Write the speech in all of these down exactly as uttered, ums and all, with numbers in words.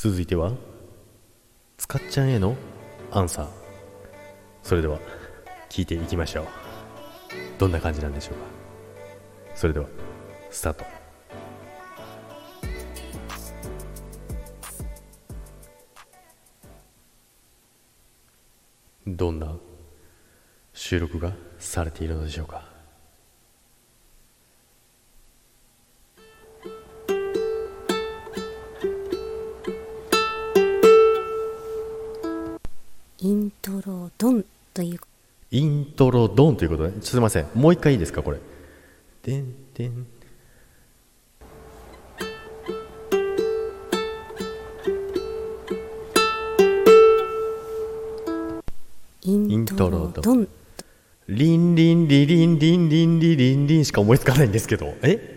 続いてはつかっちゃんへのアンサー。それでは聞いていきましょう。どんな感じなんでしょうか。それではスタート。どんな収録がされているのでしょうか。 イントロドンというイントロドンということで、すいません、もう一回いいですか。これでんでんイントロドン、 リンリンリリンリンリンリリンリンしか思いつかないんですけど、え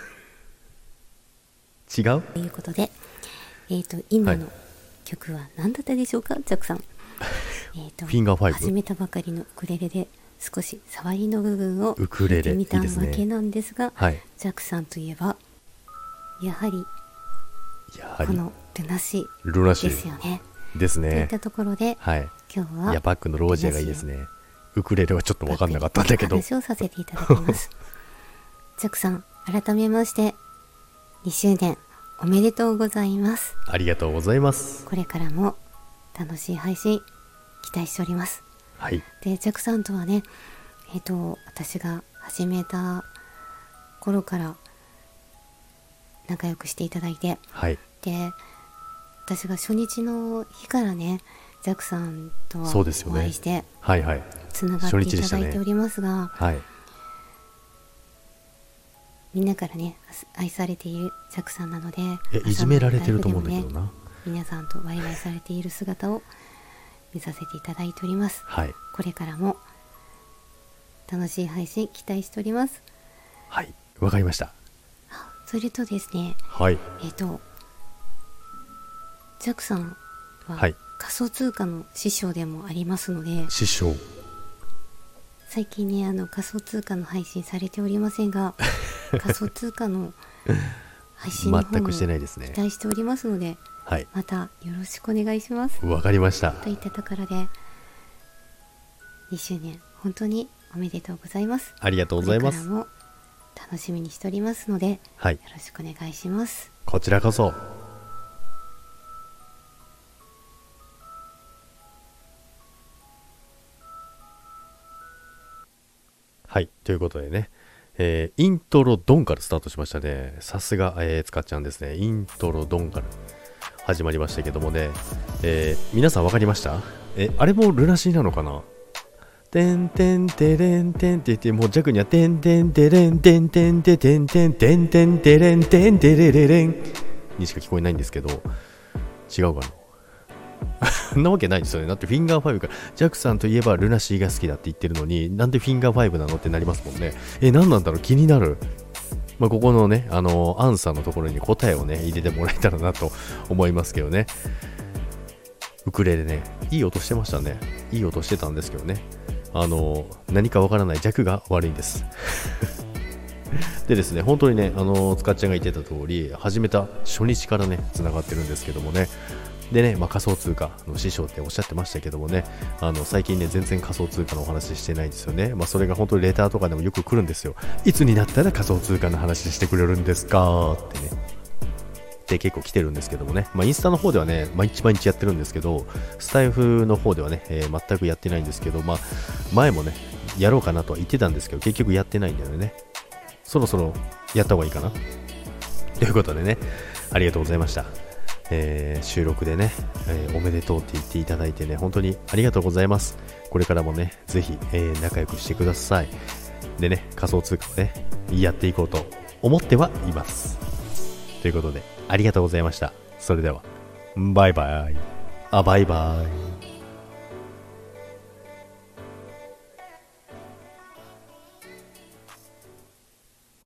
違うということで、えーと今の曲は何だったでしょうか、ジャックさん。えとフィンガーファイブ、 始めたばかりのウクレレで少し触りの部分をウクレレ聞いてみたわいいですねけなんですが、 はい、 ジャックさんといえばやはりやはりこのルナシルナシーですよね。 ーですね。 といったところで、 はい、 今日はヤバックのロージアがいいですね。ウクレレはちょっと分かんなかったんだけど、 話をさせていただきます。ジャックさん、改めましてにしゅうねんおめでとうございます。 ありがとうございます。 これからも楽しい配信期待しております。 はい、 でジャックさんとはね、えっと私が始めた頃から仲良くしていただいて、 はい、 で私が初日の日からね、ジャックさんとはそうですよね、 お会いしてはいはい、 つながっていただいておりますが、 はい、 みんなからね愛されているジャックさんなので、 えいじめられてると思うんだけどな、 皆さんとワイワイされている姿を見させていただいております。 はい、 これからも楽しい配信期待しております。 はい、わかりました。 それとですね、 はい、 えっとジャックさんははい、 仮想通貨の師匠でもありますので、 師匠、 最近ねあの仮想通貨の配信されておりませんが仮想通貨の配信の方全もくしてないですね。 期待しておりますので、 はい、 またよろしくお願いします。 わかりました。 といったところでにしゅうねん本当におめでとうございます。 ありがとうございます。 これからも楽しみにしておりますので、 はい、 よろしくお願いします。 こちらこそ。はい、ということでね、えー、イントロドンからスタートしましたね。さすが、えー、使っちゃうんですね。イントロドンから始まりましたけどもね、えー、皆さん分かりました？え、あれもルナシーなのかな？てんてんてれんてんって言って、もうジャックにはてんてんてれんてんてんててんてんてんてんてれんてんてれれれんにしか聞こえないんですけど、違うかなそんなわけないですよね。だってフィンガーファイブからジャックさんといえばルナシーが好きだって言ってるのに、なんでフィンガーファイブなのってなりますもんね。え、何なんだろう、気になる。まあ、ここのね、あのー、アンサーのところに答えをね入れてもらえたらなと思いますけどね。ウクレレね、いい音してましたね。いい音してたんですけどね、あのー、何かわからない弱が悪いんですでですね、本当にね、あのー、つかっちゃんが言ってた通り、始めた初日からねつながってるんですけどもね。でね、まあ、仮想通貨の師匠っておっしゃってましたけどもね、あの最近ね全然仮想通貨のお話してないんですよね。まあ、それが本当にレターとかでもよく来るんですよ。いつになったら仮想通貨の話してくれるんですかってね、で結構来てるんですけどもね、まあ、インスタの方ではね毎日毎日やってるんですけど、スタイフの方ではね、えー、全くやってないんですけど、まあ、前もねやろうかなとは言ってたんですけど、結局やってないんだよね。そろそろやった方がいいかなということでね、ありがとうございました。えー、収録でね、えー、おめでとうって言っていただいてね、本当にありがとうございます。これからもねぜひ、えー、仲良くしてください。でね、仮想通貨をねやっていこうと思ってはいます。ということでありがとうございました。それではバイバイ。あ、バイバイ。